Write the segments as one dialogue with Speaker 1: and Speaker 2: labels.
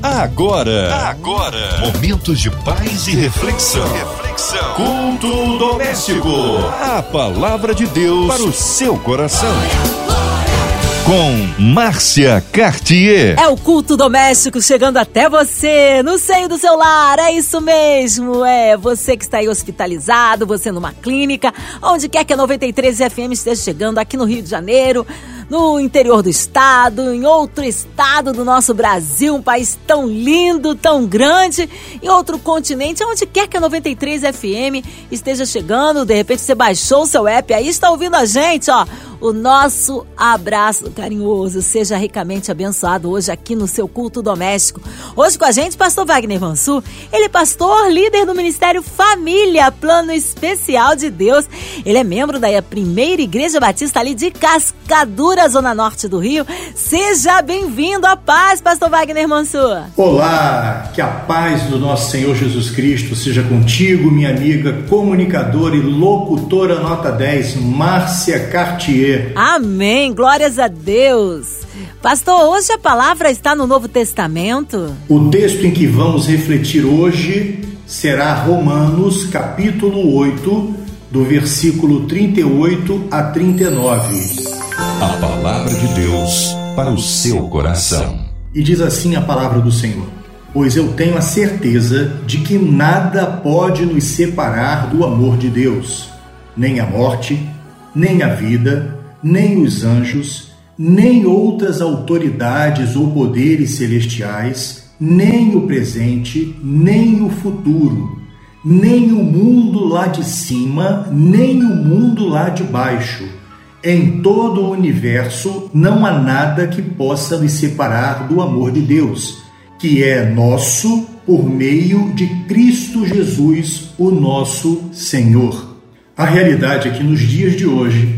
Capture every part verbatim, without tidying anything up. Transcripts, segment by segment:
Speaker 1: Agora, agora, momentos de paz e reflexão. Reflexão. Culto doméstico. A palavra de Deus para o seu coração. Com Márcia Cartier.
Speaker 2: É o culto doméstico chegando até você, no seio do seu lar, é isso mesmo. É você que está aí hospitalizado, você numa clínica, onde quer que a noventa e três F M esteja chegando, aqui no Rio de Janeiro, no interior do estado, em outro estado do nosso Brasil, um país tão lindo, tão grande, em outro continente, onde quer que a noventa e três F M esteja chegando. De repente você baixou o seu app aí, está ouvindo a gente, ó. O nosso abraço carinhoso, seja ricamente abençoado hoje aqui no seu culto doméstico. Hoje com a gente, pastor Wagner Mansur, ele é pastor, líder do Ministério Família, Plano Especial de Deus. Ele é membro da primeira Igreja Batista ali de Cascadura, zona norte do Rio. Seja bem-vindo à paz, pastor Wagner Mansur.
Speaker 3: Olá, que a paz do nosso Senhor Jesus Cristo seja contigo, minha amiga comunicadora e locutora nota dez, Márcia Cartier.
Speaker 2: Amém, glórias a Deus. Pastor, hoje a palavra está no Novo Testamento.
Speaker 3: O texto em que vamos refletir hoje será Romanos, capítulo oito, do versículo trinta e oito a trinta e nove.
Speaker 1: A palavra de Deus para o seu coração.
Speaker 3: E diz assim a palavra do Senhor: pois eu tenho a certeza de que nada pode nos separar do amor de Deus, nem a morte, nem a vida, nem os anjos, nem outras autoridades ou poderes celestiais, nem o presente, nem o futuro, nem o mundo lá de cima, nem o mundo lá de baixo. Em todo o universo não há nada que possa nos separar do amor de Deus, que é nosso por meio de Cristo Jesus, o nosso Senhor. A realidade é que nos dias de hoje,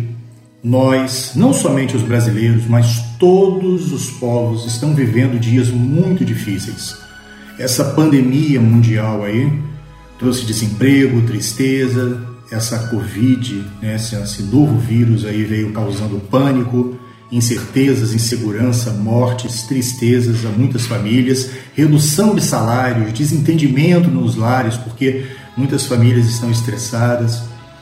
Speaker 3: nós, não somente os brasileiros, mas todos os povos estão vivendo dias muito difíceis. Essa pandemia mundial aí trouxe desemprego, tristeza, essa Covid, né, esse, esse novo vírus aí veio causando pânico, incertezas, insegurança, mortes, tristezas a muitas famílias, redução de salários, desentendimento nos lares, porque muitas famílias estão estressadas.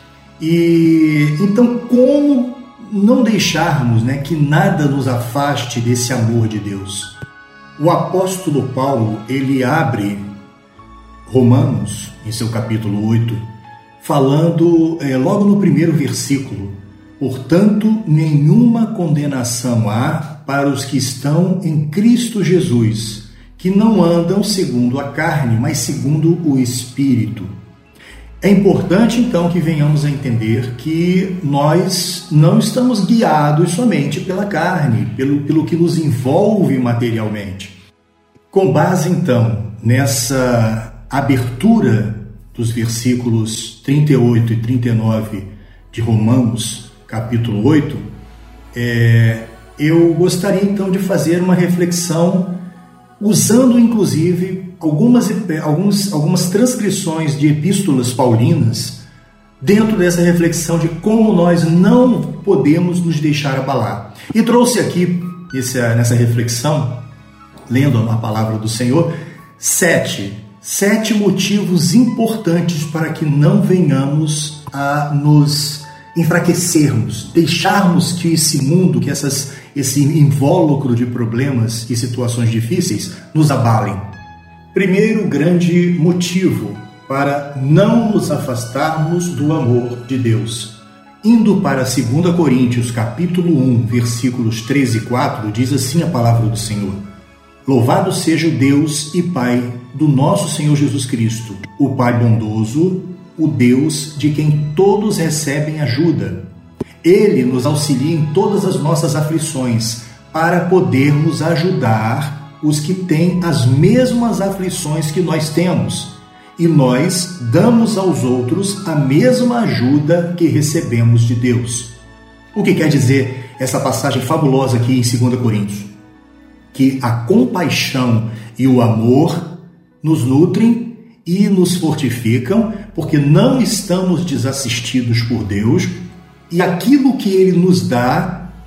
Speaker 3: E então, como não deixarmos, né, que nada nos afaste desse amor de Deus? O apóstolo Paulo, ele abre Romanos, em seu capítulo oito, falando é, logo no primeiro versículo: portanto, nenhuma condenação há para os que estão em Cristo Jesus, que não andam segundo a carne, mas segundo o Espírito. É importante, então, que venhamos a entender que nós não estamos guiados somente pela carne, pelo, pelo que nos envolve materialmente. Com base, então, nessa abertura dos versículos trinta e oito e trinta e nove de Romanos, capítulo oito, é, eu gostaria, então, de fazer uma reflexão usando, inclusive, Algumas, alguns, algumas transcrições de epístolas paulinas dentro dessa reflexão de como nós não podemos nos deixar abalar. E trouxe aqui, essa, nessa reflexão, lendo a palavra do Senhor, sete, sete motivos importantes para que não venhamos a nos enfraquecermos, deixarmos que esse mundo, que essas, esse invólucro de problemas e situações difíceis nos abalem. Primeiro grande motivo para não nos afastarmos do amor de Deus. Indo para dois Coríntios, capítulo um, versículos treze e quatro, diz assim a palavra do Senhor: louvado seja o Deus e Pai do nosso Senhor Jesus Cristo, o Pai bondoso, o Deus de quem todos recebem ajuda. Ele nos auxilia em todas as nossas aflições, para podermos ajudar os que têm as mesmas aflições que nós temos, e nós damos aos outros a mesma ajuda que recebemos de Deus. O que quer dizer essa passagem fabulosa aqui em dois Coríntios? Que a compaixão e o amor nos nutrem e nos fortificam, porque não estamos desassistidos por Deus, e aquilo que Ele nos dá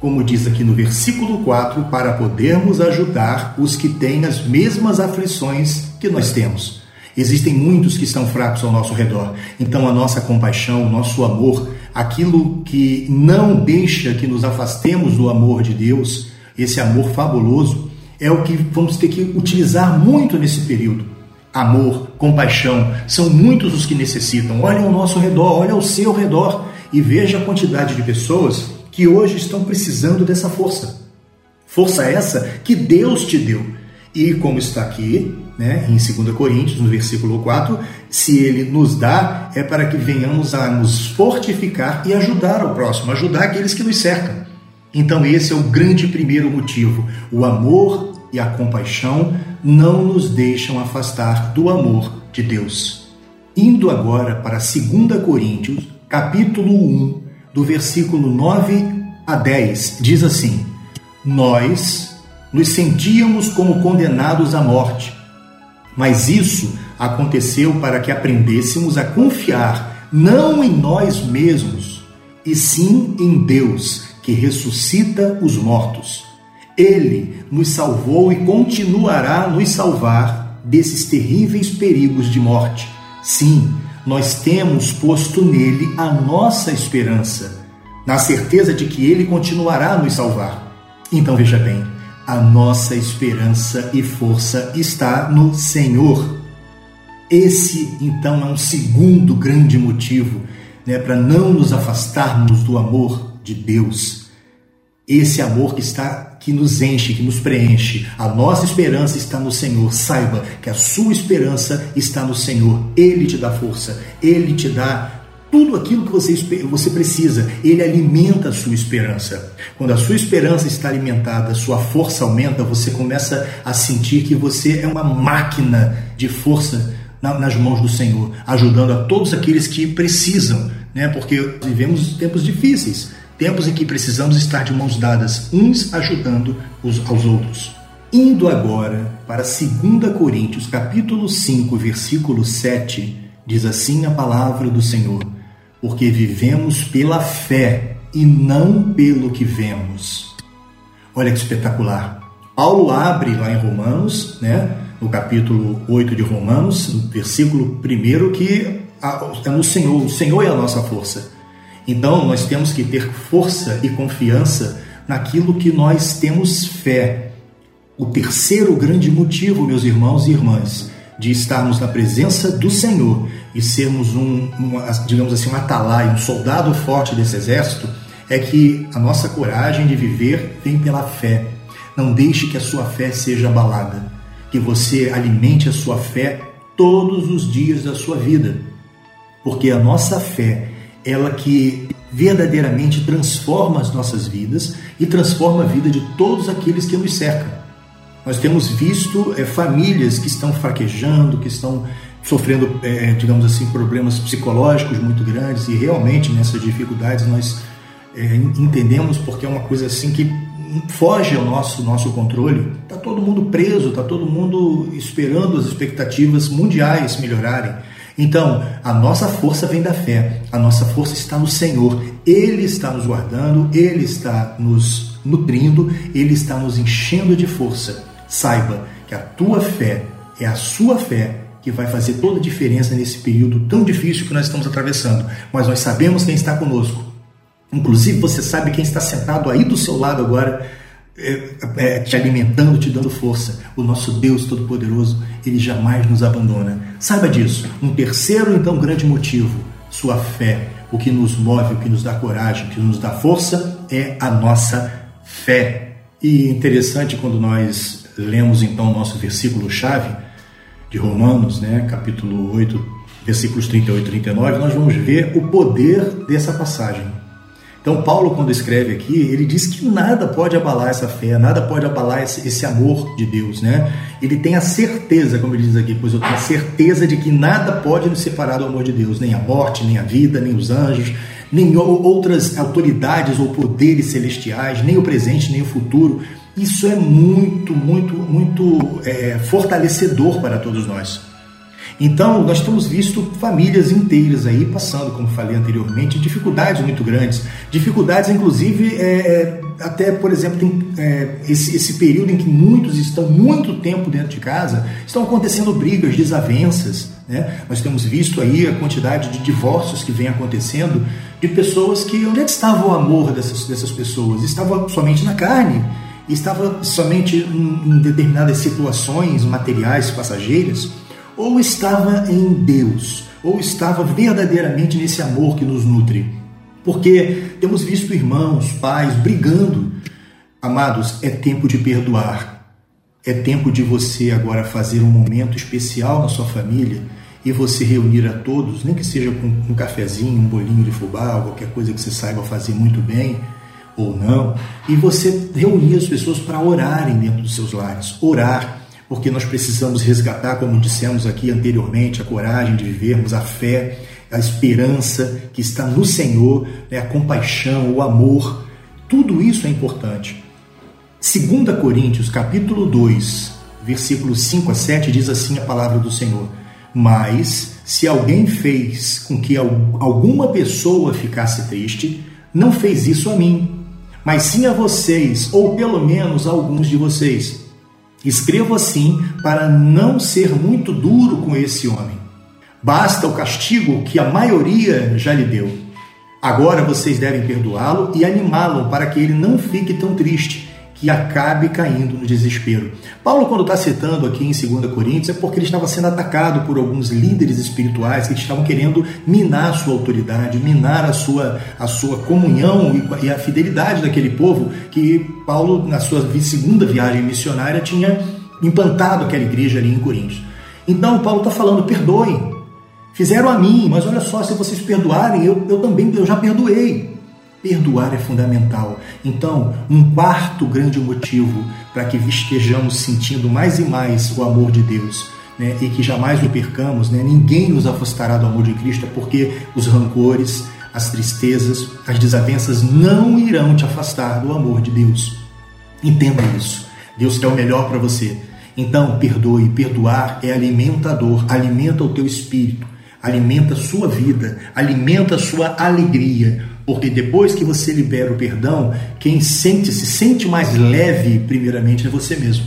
Speaker 3: como diz aqui no versículo quatro, para podermos ajudar os que têm as mesmas aflições que nós temos. Existem muitos que estão fracos ao nosso redor. Então a nossa compaixão, o nosso amor, aquilo que não deixa que nos afastemos do amor de Deus, esse amor fabuloso, é o que vamos ter que utilizar muito nesse período. Amor, compaixão, são muitos os que necessitam. Olha ao nosso redor, olha ao seu redor e veja a quantidade de pessoas que hoje estão precisando dessa força. Força essa que Deus te deu. E como está aqui, né, em dois Coríntios, no versículo quatro, se Ele nos dá, é para que venhamos a nos fortificar e ajudar ao próximo, ajudar aqueles que nos cercam. Então esse é o grande primeiro motivo. O amor e a compaixão não nos deixam afastar do amor de Deus. Indo agora para dois Coríntios, capítulo um, do versículo nove a dez, diz assim: nós nos sentíamos como condenados à morte, mas isso aconteceu para que aprendêssemos a confiar não em nós mesmos, e sim em Deus, que ressuscita os mortos. Ele nos salvou e continuará a nos salvar desses terríveis perigos de morte. Sim, nós temos posto nele a nossa esperança, na certeza de que ele continuará a nos salvar. Então veja bem, a nossa esperança e força está no Senhor. Esse, então, é um segundo grande motivo, né, para não nos afastarmos do amor de Deus. Esse amor que está, que nos enche, que nos preenche. A nossa esperança está no Senhor. Saiba que a sua esperança está no Senhor. Ele te dá força, Ele te dá tudo aquilo que você, você precisa. Ele alimenta a sua esperança. Quando a sua esperança está alimentada, a sua força aumenta, você começa a sentir que você é uma máquina de força nas mãos do Senhor, ajudando a todos aqueles que precisam, né? Porque vivemos tempos difíceis, tempos em que precisamos estar de mãos dadas, uns ajudando os aos outros. Indo agora para dois Coríntios, capítulo cinco, versículo sete, diz assim a palavra do Senhor: porque vivemos pela fé e não pelo que vemos. Olha que espetacular. Paulo abre lá em Romanos, né, no capítulo oito de Romanos, no versículo primeiro, que é no Senhor, o Senhor é a nossa força. Então nós temos que ter força e confiança naquilo que nós temos fé. O terceiro grande motivo, meus irmãos e irmãs, de estarmos na presença do Senhor e sermos um, um, digamos assim, um atalaia, um soldado forte desse exército, é que a nossa coragem de viver vem pela fé. Não deixe que a sua fé seja abalada, que você alimente a sua fé todos os dias da sua vida, porque a nossa fé, ela que verdadeiramente transforma as nossas vidas e transforma a vida de todos aqueles que nos cercam. Nós temos visto é, famílias que estão fraquejando, que estão sofrendo, é, digamos assim, problemas psicológicos muito grandes, e realmente nessas dificuldades nós é, entendemos, porque é uma coisa assim que foge ao nosso, nosso controle. Está todo mundo preso, está todo mundo esperando as expectativas mundiais melhorarem. Então, a nossa força vem da fé, a nossa força está no Senhor. Ele está nos guardando, Ele está nos nutrindo, Ele está nos enchendo de força. Saiba que a tua fé é a sua fé que vai fazer toda a diferença nesse período tão difícil que nós estamos atravessando. Mas nós sabemos quem está conosco. Inclusive você sabe quem está sentado aí do seu lado agora, é, é, te alimentando, te dando força. O nosso Deus Todo-Poderoso, Ele jamais nos abandona. Saiba disso. Um terceiro, então, grande motivo, sua fé. O que nos move, o que nos dá coragem, o que nos dá força é a nossa fé. E interessante quando nós lemos então o nosso versículo-chave de Romanos, né, capítulo oito, versículos trinta e oito e trinta e nove, nós vamos ver o poder dessa passagem. Então Paulo, quando escreve aqui, ele diz que nada pode abalar essa fé, nada pode abalar esse, esse amor de Deus, né? Ele tem a certeza, como ele diz aqui, pois eu tenho a certeza de que nada pode nos separar do amor de Deus, nem a morte, nem a vida, nem os anjos, nem outras autoridades ou poderes celestiais, nem o presente, nem o futuro. Isso é muito, muito, muito é, fortalecedor para todos nós. Então, nós temos visto famílias inteiras aí passando, como falei anteriormente, dificuldades muito grandes. Dificuldades, inclusive, é, até, por exemplo, tem, é, esse, esse período em que muitos estão muito tempo dentro de casa, estão acontecendo brigas, desavenças, né? Nós temos visto aí a quantidade de divórcios que vem acontecendo de pessoas que, onde é que estava o amor dessas, dessas pessoas? Estava somente na carne, estava somente em, em determinadas situações materiais, passageiras, ou estava em Deus, ou estava verdadeiramente nesse amor que nos nutre. Porque temos visto irmãos, pais brigando. Amados, é tempo de perdoar. É tempo de você agora fazer um momento especial na sua família e você reunir a todos, nem que seja com um cafezinho, um bolinho de fubá, qualquer coisa que você saiba fazer muito bem ou não, e você reunir as pessoas para orarem dentro dos seus lares. Orar. Porque nós precisamos resgatar, como dissemos aqui anteriormente, a coragem de vivermos, a fé, a esperança que está no Senhor, né, a compaixão, o amor. Tudo isso é importante. Segunda Coríntios, capítulo dois, versículos cinco a sete, diz assim a palavra do Senhor: mas, se alguém fez com que alguma pessoa ficasse triste, não fez isso a mim, mas sim a vocês, ou pelo menos a alguns de vocês. Escrevo assim para não ser muito duro com esse homem. Basta o castigo que a maioria já lhe deu. Agora vocês devem perdoá-lo e animá-lo para que ele não fique tão triste, que acabe caindo no desespero. Paulo, quando está citando aqui em segunda Coríntios, é porque ele estava sendo atacado por alguns líderes espirituais que estavam querendo minar a sua autoridade, minar a sua, a sua comunhão e a fidelidade daquele povo que Paulo, na sua segunda viagem missionária, tinha implantado aquela igreja ali em Coríntios. Então, Paulo está falando, perdoem. Fizeram a mim, mas olha só, se vocês perdoarem, eu, eu também eu já perdoei. Perdoar é fundamental. Então, um quarto grande motivo para que estejamos sentindo mais e mais o amor de Deus, né, e que jamais o percamos, né, ninguém nos afastará do amor de Cristo, é porque os rancores, as tristezas, as desavenças não irão te afastar do amor de Deus. Entenda isso. Deus quer o melhor para você. Então, perdoe. Perdoar é alimentador, alimenta o teu espírito, alimenta a sua vida, alimenta a sua alegria. Porque depois que você libera o perdão, quem sente, se sente mais leve, primeiramente, é você mesmo.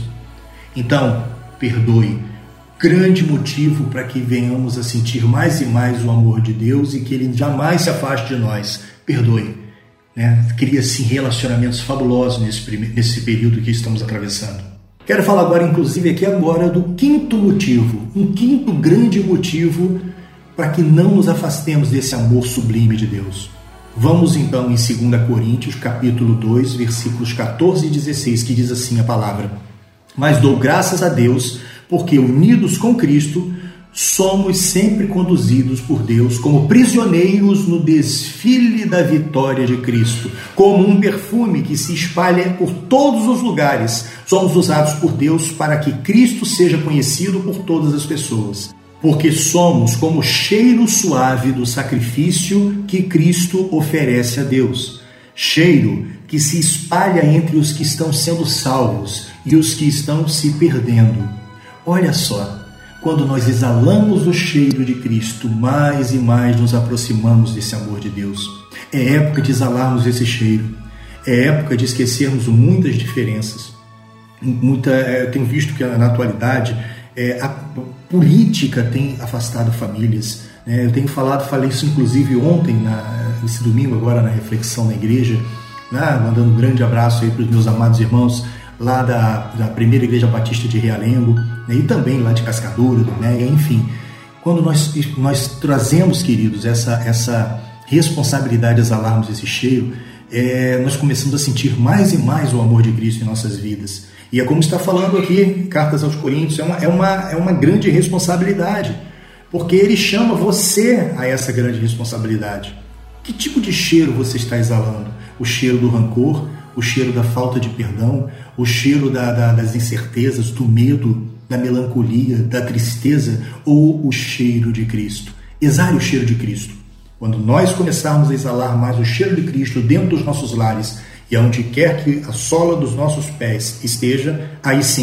Speaker 3: Então, perdoe. Grande motivo para que venhamos a sentir mais e mais o amor de Deus e que Ele jamais se afaste de nós. Perdoe. Né? Cria-se relacionamentos fabulosos nesse, nesse período que estamos atravessando. Quero falar agora, inclusive, aqui agora do quinto motivo. Um quinto grande motivo para que não nos afastemos desse amor sublime de Deus. Vamos então em segunda Coríntios, capítulo dois, versículos catorze e dezesseis, que diz assim a palavra: mas dou graças a Deus, porque unidos com Cristo, somos sempre conduzidos por Deus como prisioneiros no desfile da vitória de Cristo. Como um perfume que se espalha por todos os lugares, somos usados por Deus para que Cristo seja conhecido por todas as pessoas. Porque somos como o cheiro suave do sacrifício que Cristo oferece a Deus. Cheiro que se espalha entre os que estão sendo salvos e os que estão se perdendo. Olha só, quando nós exalamos o cheiro de Cristo, mais e mais nos aproximamos desse amor de Deus. É época de exalarmos esse cheiro. É época de esquecermos muitas diferenças. Muita, eu tenho visto que na atualidade é, a política tem afastado famílias. Né? Eu tenho falado, falei isso inclusive ontem, na, esse domingo agora na reflexão na igreja, né? Mandando um grande abraço aí para os meus amados irmãos lá da, da primeira igreja batista de Realengo, né? E também lá de Cascadura, do Mega, enfim. Quando nós, nós trazemos, queridos, essa, essa responsabilidade de exalarmos esse cheiro, é, nós começamos a sentir mais e mais o amor de Cristo em nossas vidas. E é como está falando aqui, Cartas aos Coríntios, é uma, é uma, é uma grande responsabilidade, porque ele chama você a essa grande responsabilidade. Que tipo de cheiro você está exalando? O cheiro do rancor, o cheiro da falta de perdão, o cheiro da, da, das incertezas, do medo, da melancolia, da tristeza, ou o cheiro de Cristo? Exale o cheiro de Cristo. Quando nós começarmos a exalar mais o cheiro de Cristo dentro dos nossos lares, e aonde quer que a sola dos nossos pés esteja, aí sim,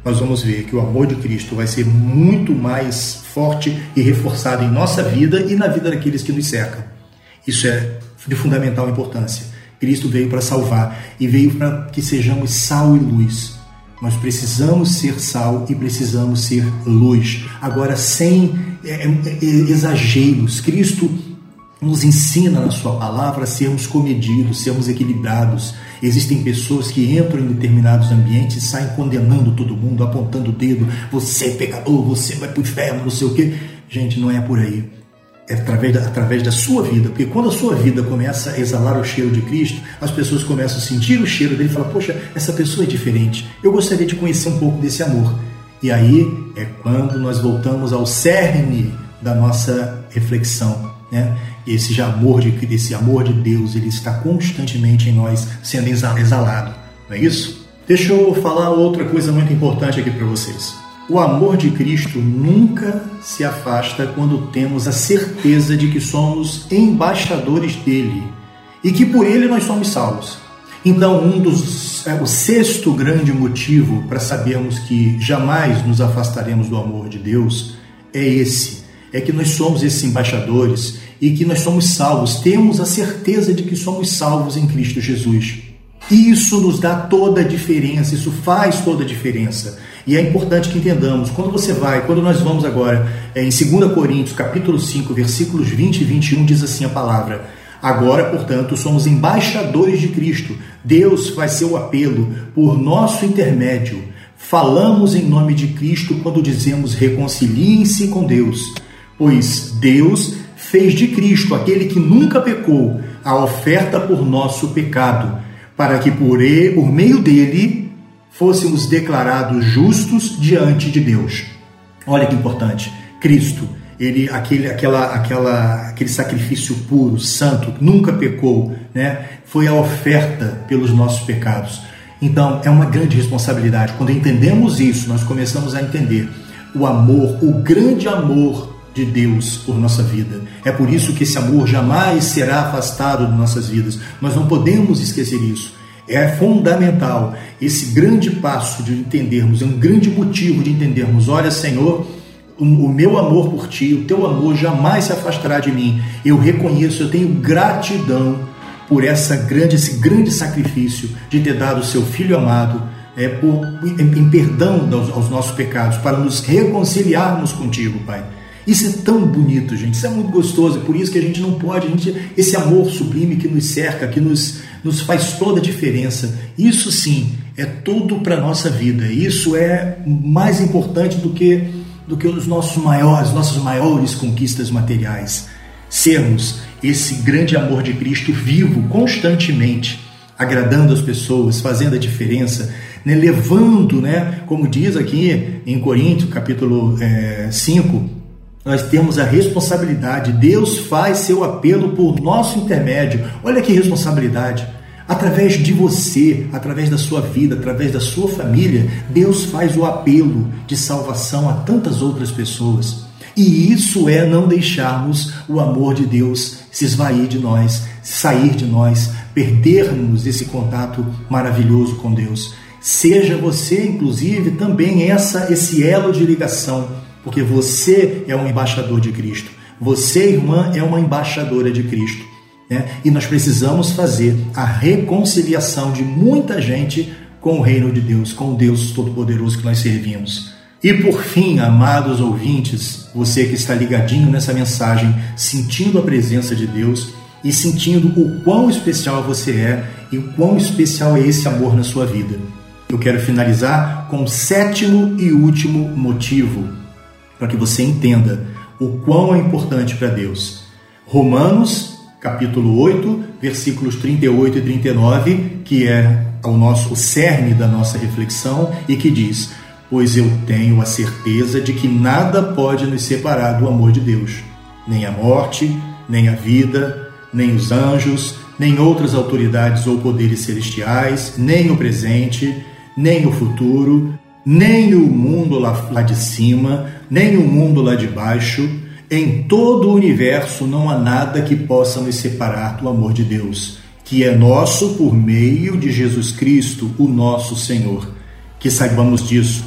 Speaker 3: nós vamos ver que o amor de Cristo vai ser muito mais forte e reforçado em nossa vida e na vida daqueles que nos cercam. Isso é de fundamental importância. Cristo veio para salvar e veio para que sejamos sal e luz. Nós precisamos ser sal e precisamos ser luz. Agora, sem é, é, exageros. Cristo nos ensina na sua palavra a sermos comedidos, sermos equilibrados. Existem pessoas que entram em determinados ambientes e saem condenando todo mundo, apontando o dedo. Você é pecador, você vai para o inferno, não sei o quê. Gente, não é por aí. É através da, através da sua vida, porque quando a sua vida começa a exalar o cheiro de Cristo, as pessoas começam a sentir o cheiro dele e falam, poxa, essa pessoa é diferente, eu gostaria de conhecer um pouco desse amor. E aí é quando nós voltamos ao cerne da nossa reflexão, né? Esse amor de, esse amor de Deus, ele está constantemente em nós sendo exalado, não é isso? Deixa eu falar outra coisa muito importante aqui para vocês. O amor de Cristo nunca se afasta quando temos a certeza de que somos embaixadores dele e que por ele nós somos salvos. Então, um dos, é, o sexto grande motivo para sabermos que jamais nos afastaremos do amor de Deus é esse, é que nós somos esses embaixadores e que nós somos salvos, temos a certeza de que somos salvos em Cristo Jesus. Isso nos dá toda a diferença, isso faz toda a diferença. E é importante que entendamos, quando você vai, quando nós vamos agora, é, em dois Coríntios, capítulo cinco, versículos vinte e vinte e um, diz assim a palavra: agora, portanto, somos embaixadores de Cristo. Deus faz seu apelo por nosso intermédio. Falamos em nome de Cristo quando dizemos reconciliem-se com Deus. Pois Deus fez de Cristo, aquele que nunca pecou, a oferta por nosso pecado, para que por, ele, por meio dele fôssemos declarados justos diante de Deus. Olha que importante. Cristo, ele, aquele, aquela, aquela, aquele sacrifício puro, santo, nunca pecou, né? Foi a oferta pelos nossos pecados. Então, é uma grande responsabilidade. Quando entendemos isso, nós começamos a entender o amor, o grande amor de Deus por nossa vida. É por isso que esse amor jamais será afastado de nossas vidas. Nós não podemos esquecer isso. É fundamental esse grande passo de entendermos, é um grande motivo de entendermos, olha, Senhor, o meu amor por Ti, o Teu amor jamais se afastará de mim. Eu reconheço, eu tenho gratidão por essa grande, esse grande sacrifício de ter dado o Seu Filho amado, é, por, em, em perdão aos, aos nossos pecados, para nos reconciliarmos contigo, Pai. Isso é tão bonito, gente, isso é muito gostoso, é por isso que a gente não pode, a gente, esse amor sublime que nos cerca, que nos, nos faz toda a diferença, isso sim é tudo para a nossa vida, isso é mais importante do que, do que os nossos maiores, nossas maiores conquistas materiais. Sermos esse grande amor de Cristo vivo constantemente, agradando as pessoas, fazendo a diferença, né, levando, né, como diz aqui em Coríntios, capítulo é, cinco, nós temos a responsabilidade, Deus faz seu apelo por nosso intermédio. Olha que responsabilidade. Através de você, através da sua vida, através da sua família, Deus faz o apelo de salvação a tantas outras pessoas. E isso é não deixarmos o amor de Deus se esvair de nós, sair de nós, perdermos esse contato maravilhoso com Deus. Seja você, inclusive, também essa, esse elo de ligação, porque você é um embaixador de Cristo. Você, irmã, é uma embaixadora de Cristo, né? E nós precisamos fazer a reconciliação de muita gente com o reino de Deus, com o Deus Todo-Poderoso que nós servimos. E por fim, amados ouvintes, você que está ligadinho nessa mensagem, sentindo a presença de Deus e sentindo o quão especial você é e o quão especial é esse amor na sua vida. Eu quero finalizar com o sétimo e último motivo, para que você entenda o quão é importante para Deus. Romanos, capítulo oito, versículos trinta e oito e trinta e nove, que é o, nosso, o cerne da nossa reflexão, e que diz: pois eu tenho a certeza de que nada pode nos separar do amor de Deus, nem a morte, nem a vida, nem os anjos, nem outras autoridades ou poderes celestiais, nem o presente, nem o futuro, nem o mundo lá, lá de cima, nem o mundo lá de baixo. Em todo o universo não há nada que possa nos separar do amor de Deus, que é nosso por meio de Jesus Cristo, o nosso Senhor. Que saibamos disso.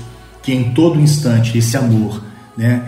Speaker 3: que em todo instante esse amor, né,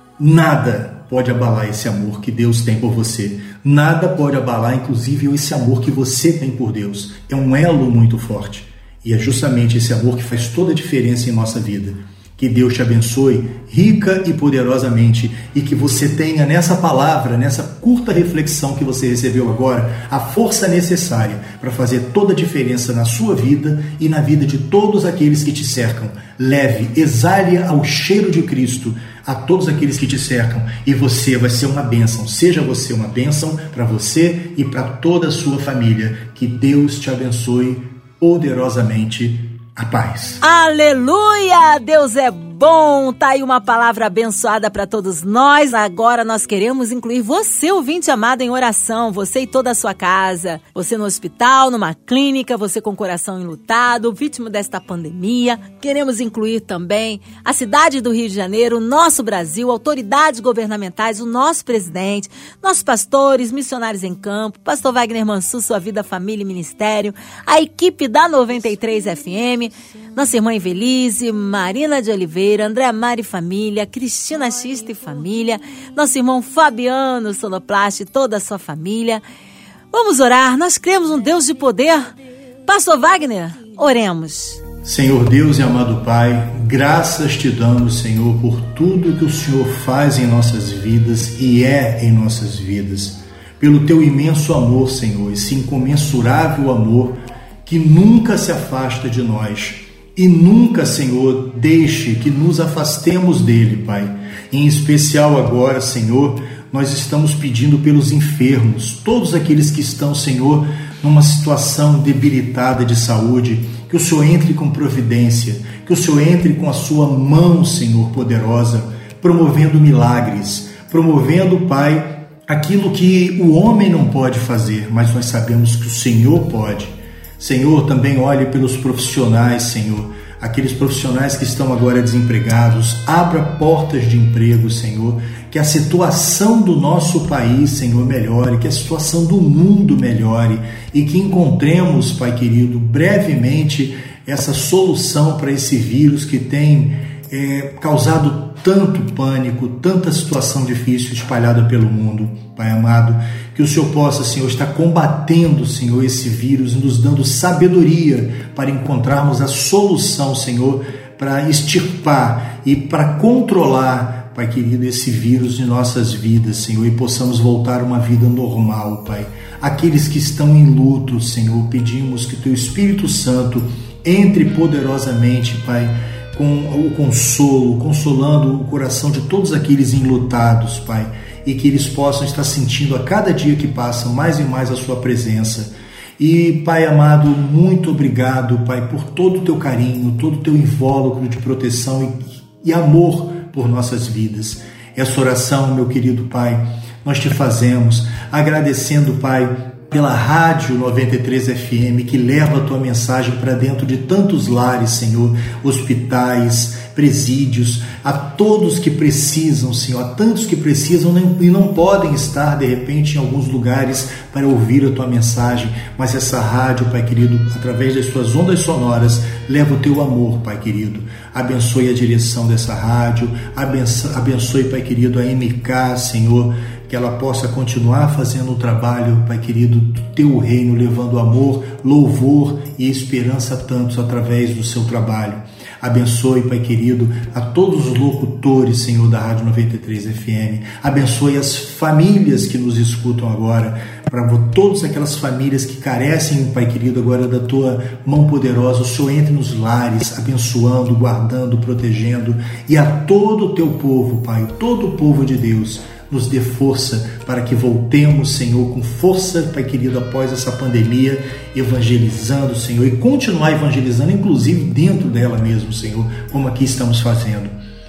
Speaker 3: nada pode abalar esse amor que Deus tem por você. Nada pode abalar, inclusive, esse amor que você tem por Deus. É um elo muito forte. E é justamente esse amor que faz toda a diferença em nossa vida. Que Deus te abençoe rica e poderosamente e que você tenha nessa palavra, nessa curta reflexão que você recebeu agora, a força necessária para fazer toda a diferença na sua vida e na vida de todos aqueles que te cercam. Leve, exale ao cheiro de Cristo a todos aqueles que te cercam e você vai ser uma bênção. Seja você uma bênção para você e para toda a sua família. Que Deus te abençoe poderosamente. A paz.
Speaker 2: Aleluia! Deus é bom! Tá aí uma palavra abençoada para todos nós. Agora nós queremos incluir você, ouvinte amado, em oração. Você e toda a sua casa. Você no hospital, numa clínica, você com o coração enlutado, vítima desta pandemia. Queremos incluir também a cidade do Rio de Janeiro, o nosso Brasil, autoridades governamentais, o nosso presidente, nossos pastores, missionários em campo, pastor Wagner Mansur, sua vida, família e ministério, a equipe da noventa e três F M, nossa irmã Evelise, Marina de Oliveira, André Mari Família, Cristina Xista e Família, nosso irmão Fabiano Sonoplast e toda a sua família. Vamos orar, nós cremos um Deus de poder. Pastor Wagner, oremos.
Speaker 3: Senhor Deus e amado Pai, graças te damos, Senhor, por tudo que o Senhor faz em nossas vidas e é em nossas vidas. Pelo teu imenso amor, Senhor, esse incomensurável amor que nunca se afasta de nós e nunca, Senhor, deixe que nos afastemos dele, Pai. Em especial agora, Senhor, nós estamos pedindo pelos enfermos, todos aqueles que estão, Senhor, numa situação debilitada de saúde, que o Senhor entre com providência, que o Senhor entre com a sua mão, Senhor, poderosa, promovendo milagres, promovendo, Pai, aquilo que o homem não pode fazer, mas nós sabemos que o Senhor pode. Senhor, também olhe pelos profissionais, Senhor, aqueles profissionais que estão agora desempregados, abra portas de emprego, Senhor, que a situação do nosso país, Senhor, melhore, que a situação do mundo melhore e que encontremos, Pai querido, brevemente essa solução para esse vírus que tem é, causado tanto pânico, tanta situação difícil espalhada pelo mundo. Pai amado, que o Senhor possa, Senhor, estar combatendo, Senhor, esse vírus, nos dando sabedoria para encontrarmos a solução, Senhor, para extirpar e para controlar, Pai querido, esse vírus de nossas vidas, Senhor, e possamos voltar a uma vida normal, Pai. Aqueles que estão em luto, Senhor, pedimos que Teu Espírito Santo entre poderosamente, Pai, com o consolo, consolando o coração de todos aqueles enlutados, Pai, e que eles possam estar sentindo a cada dia que passa mais e mais a Sua presença. E, Pai amado, muito obrigado, Pai, por todo o Teu carinho, todo o Teu invólucro de proteção e, e amor por nossas vidas. Essa oração, meu querido Pai, nós Te fazemos agradecendo, Pai, pela Rádio noventa e três F M, que leva a Tua mensagem para dentro de tantos lares, Senhor, hospitais, presídios, a todos que precisam, Senhor, a tantos que precisam e não podem estar, de repente, em alguns lugares para ouvir a Tua mensagem, mas essa rádio, Pai querido, através das Tuas ondas sonoras, leva o Teu amor, Pai querido. Abençoe a direção dessa rádio, abençoe, abençoe Pai querido, a M K, Senhor, que ela possa continuar fazendo o trabalho, Pai querido, do Teu reino, levando amor, louvor e esperança a tantos através do seu trabalho. Abençoe, Pai querido, a todos os locutores, Senhor, da Rádio noventa e três F M. Abençoe as famílias que nos escutam agora, para todas aquelas famílias que carecem, Pai querido, agora da Tua mão poderosa. O Senhor entre nos lares, abençoando, guardando, protegendo. E a todo o Teu povo, Pai, todo o povo de Deus, nos dê força para que voltemos, Senhor, com força, Pai querido, após essa pandemia, evangelizando, Senhor, e continuar evangelizando, inclusive dentro dela mesmo, Senhor, como aqui estamos fazendo.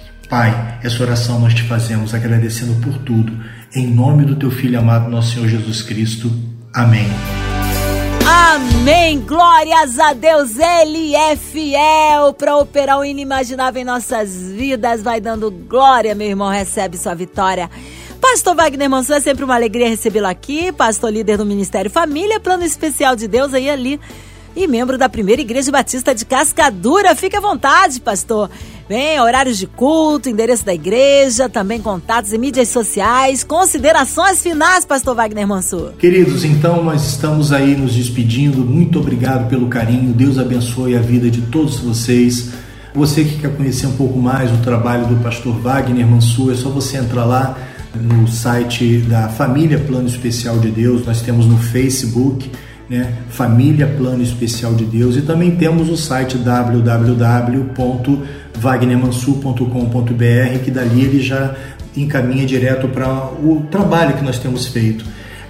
Speaker 3: Pai, essa oração nós Te fazemos agradecendo por tudo, em nome do Teu Filho amado, nosso Senhor Jesus Cristo. Amém.
Speaker 2: Amém, glórias a Deus, Ele é fiel para operar o inimaginável em nossas vidas. Vai dando glória, meu irmão, recebe sua vitória. Pastor Wagner Mansur, é sempre uma alegria recebê-lo aqui, pastor líder do Ministério Família, plano especial de Deus, aí ali e membro da Primeira Igreja Batista de Cascadura. Fique à vontade, pastor. Bem, horários de culto, endereço da igreja, também contatos e mídias sociais. Considerações finais, pastor Wagner Mansur.
Speaker 3: Queridos, então nós estamos aí nos despedindo. Muito obrigado pelo carinho. Deus abençoe a vida de todos vocês. Você que quer conhecer um pouco mais o trabalho do pastor Wagner Mansur, é só você entrar lá no site da Família Plano Especial de Deus. Nós temos no Facebook, né, Família Plano Especial de Deus, e também temos o site w w w ponto wagner mansur ponto com ponto b r, que dali ele já encaminha direto para o trabalho que nós temos feito.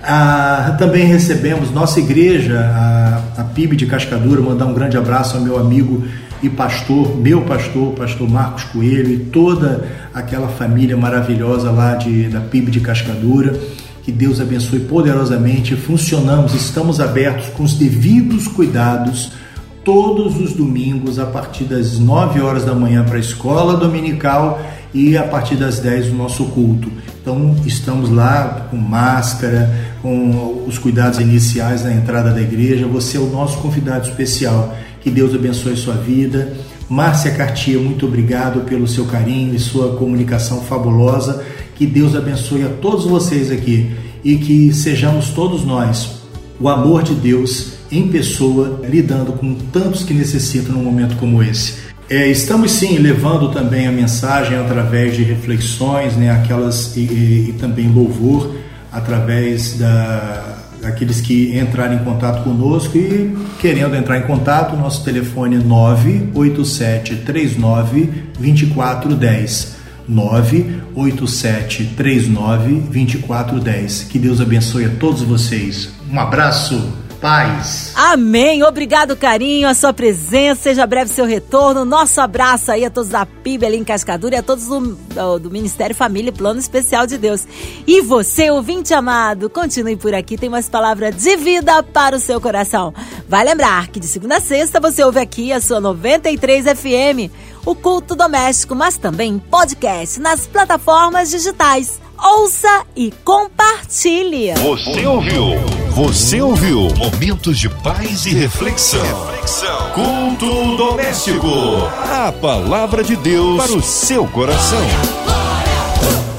Speaker 3: Ah, também recebemos nossa igreja, a, a P I B de Cascadura. Mandar um grande abraço ao meu amigo e pastor, meu pastor, o pastor Marcos Coelho, e toda aquela família maravilhosa lá de, da P I B de Cascadura. Que Deus abençoe poderosamente. Funcionamos, estamos abertos com os devidos cuidados todos os domingos a partir das nove horas da manhã para a escola dominical e a partir das dez o nosso culto. Então estamos lá com máscara, com os cuidados iniciais na entrada da igreja. Você é o nosso convidado especial. Que Deus abençoe sua vida. Márcia Cartier, muito obrigado pelo seu carinho e sua comunicação fabulosa. Que Deus abençoe a todos vocês aqui e que sejamos todos nós o amor de Deus em pessoa, lidando com tantos que necessitam num momento como esse. É, estamos sim levando também a mensagem através de reflexões, né, aquelas e, e, e também louvor através da, daqueles que entrarem em contato conosco. E querendo entrar em contato, nosso telefone é nove oito sete três nove dois quatro um zero. nove oito sete três nove dois quatro um zero. Que Deus abençoe a todos vocês. Um abraço. Paz.
Speaker 2: Amém. Obrigado, carinho, a sua presença. Seja breve seu retorno. Nosso abraço aí a todos da P I B ali em Cascadura e a todos do, do, do Ministério Família Plano Especial de Deus. E você, ouvinte amado, continue por aqui. Tem mais palavra de vida para o seu coração. Vai lembrar que de segunda a sexta você ouve aqui a sua noventa e três F M, o Culto Doméstico, mas também podcast nas plataformas digitais. Ouça e compartilhe.
Speaker 1: Você ouviu? Você ouviu? Momentos de paz e reflexão. Reflexão. Culto doméstico. A palavra de Deus para o seu coração.